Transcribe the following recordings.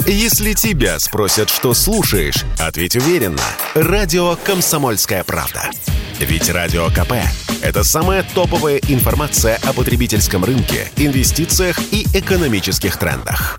Если тебя спросят, что слушаешь, ответь уверенно. Радио «Комсомольская правда». Ведь Радио КП – это самая топовая информация о потребительском рынке, инвестициях и экономических трендах.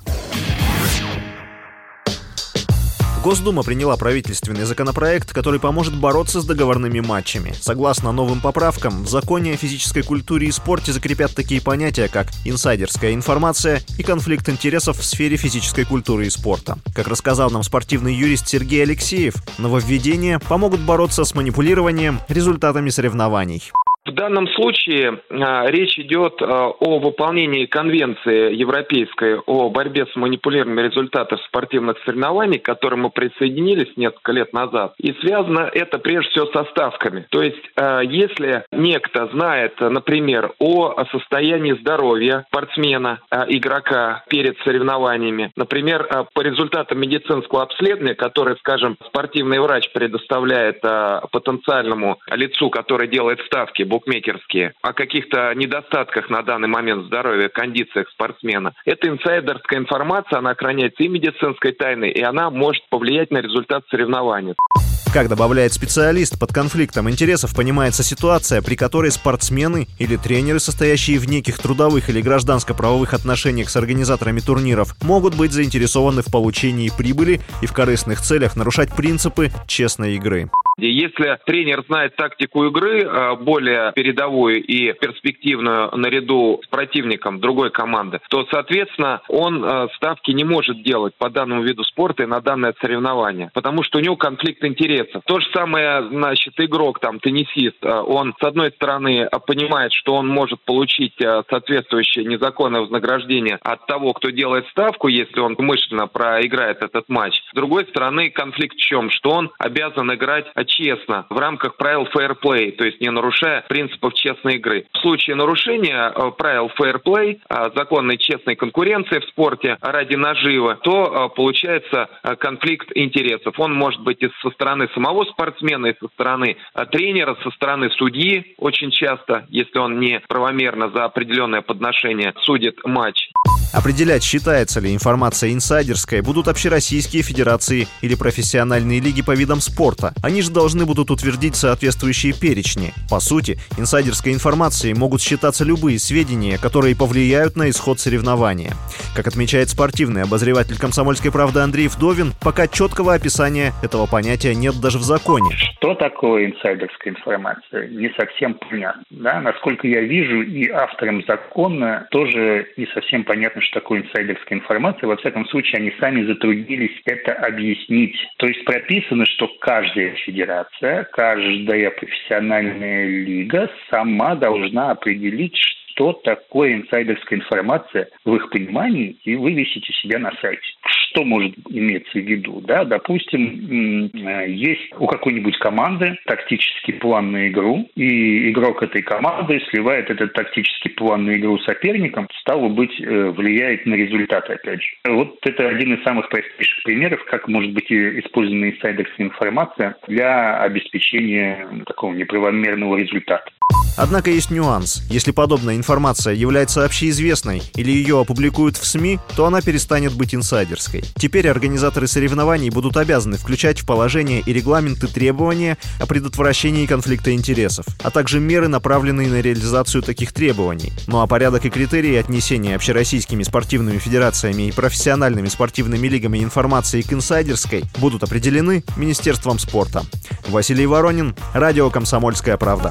Госдума приняла правительственный законопроект, который поможет бороться с договорными матчами. Согласно новым поправкам, в законе о физической культуре и спорте закрепят такие понятия, как инсайдерская информация и конфликт интересов в сфере физической культуры и спорта. Как рассказал нам спортивный юрист Сергей Алексеев, нововведения помогут бороться с манипулированием результатами соревнований. В данном случае речь идет о выполнении Конвенции Европейской о борьбе с манипулированием результатов спортивных соревнований, к которой мы присоединились несколько лет назад. И связано это прежде всего со ставками. То есть, если некто знает, например, о состоянии здоровья спортсмена, игрока перед соревнованиями, например, по результатам медицинского обследования, которое, скажем, спортивный врач предоставляет потенциальному лицу, который делает ставки, букмекерские, о каких-то недостатках на данный момент здоровья, кондициях спортсмена. Это инсайдерская информация, она охраняется и медицинской тайной, и она может повлиять на результат соревнований. Как добавляет специалист, под конфликтом интересов понимается ситуация, при которой спортсмены или тренеры, состоящие в неких трудовых или гражданско-правовых отношениях с организаторами турниров, могут быть заинтересованы в получении прибыли и в корыстных целях нарушать принципы честной игры. Если тренер знает тактику игры, более передовую и перспективную наряду с противником другой команды, то, соответственно, он ставки не может делать по данному виду спорта и на данное соревнование, потому что у него конфликт интересов. То же самое, значит, игрок, теннисист, он, с одной стороны, понимает, что он может получить соответствующее незаконное вознаграждение от того, кто делает ставку, если он умышленно проиграет этот матч. С другой стороны, конфликт в чем? Что он обязан играть честно, в рамках правил фейерплей, то есть не нарушая принципов честной игры. В случае нарушения правил фейерплей, законной честной конкуренции в спорте ради наживы, то получается конфликт интересов. Он может быть и со стороны самого спортсмена, и со стороны тренера, со стороны судьи очень часто, если он не правомерно за определенное подношение судит матч. Определять, считается ли информация инсайдерской, будут общероссийские федерации или профессиональные лиги по видам спорта. Они же должны будут утвердить соответствующие перечни. По сути, инсайдерской информацией могут считаться любые сведения, которые повлияют на исход соревнования. Как отмечает спортивный обозреватель «Комсомольской правды» Андрей Вдовин, пока четкого описания этого понятия нет даже в законе. Что такое инсайдерская информация? Не совсем понятно. Да? Насколько я вижу, и авторам закона тоже не совсем понятно, что такое инсайдерская информация. Во всяком случае, они сами затруднились это объяснить. То есть прописано, что каждая федерация, каждая профессиональная лига сама должна определить, что такое инсайдерская информация в их понимании, и вывесить у себя на сайте. Что может иметься в виду? Да? Допустим, есть у какой-нибудь команды тактический план на игру, и игрок этой команды сливает этот тактический план на игру соперникам, стало быть, влияет на результаты, опять же. Вот это один из самых простейших примеров, как может быть использована инсайдерская информация для обеспечения такого неправомерного результата. Однако есть нюанс. Если подобная информация является общеизвестной или ее опубликуют в СМИ, то она перестанет быть инсайдерской. Теперь организаторы соревнований будут обязаны включать в положение и регламенты требования о предотвращении конфликта интересов, а также меры, направленные на реализацию таких требований. Ну а порядок и критерии отнесения общероссийскими спортивными федерациями и профессиональными спортивными лигами информации к инсайдерской будут определены Министерством спорта. Василий Воронин, радио «Комсомольская правда».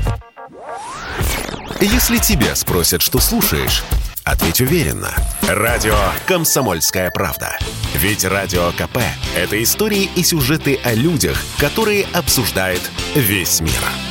Если тебя спросят, что слушаешь, ответь уверенно. Радио «Комсомольская правда». Ведь Радио КП – это истории и сюжеты о людях, которые обсуждает весь мир.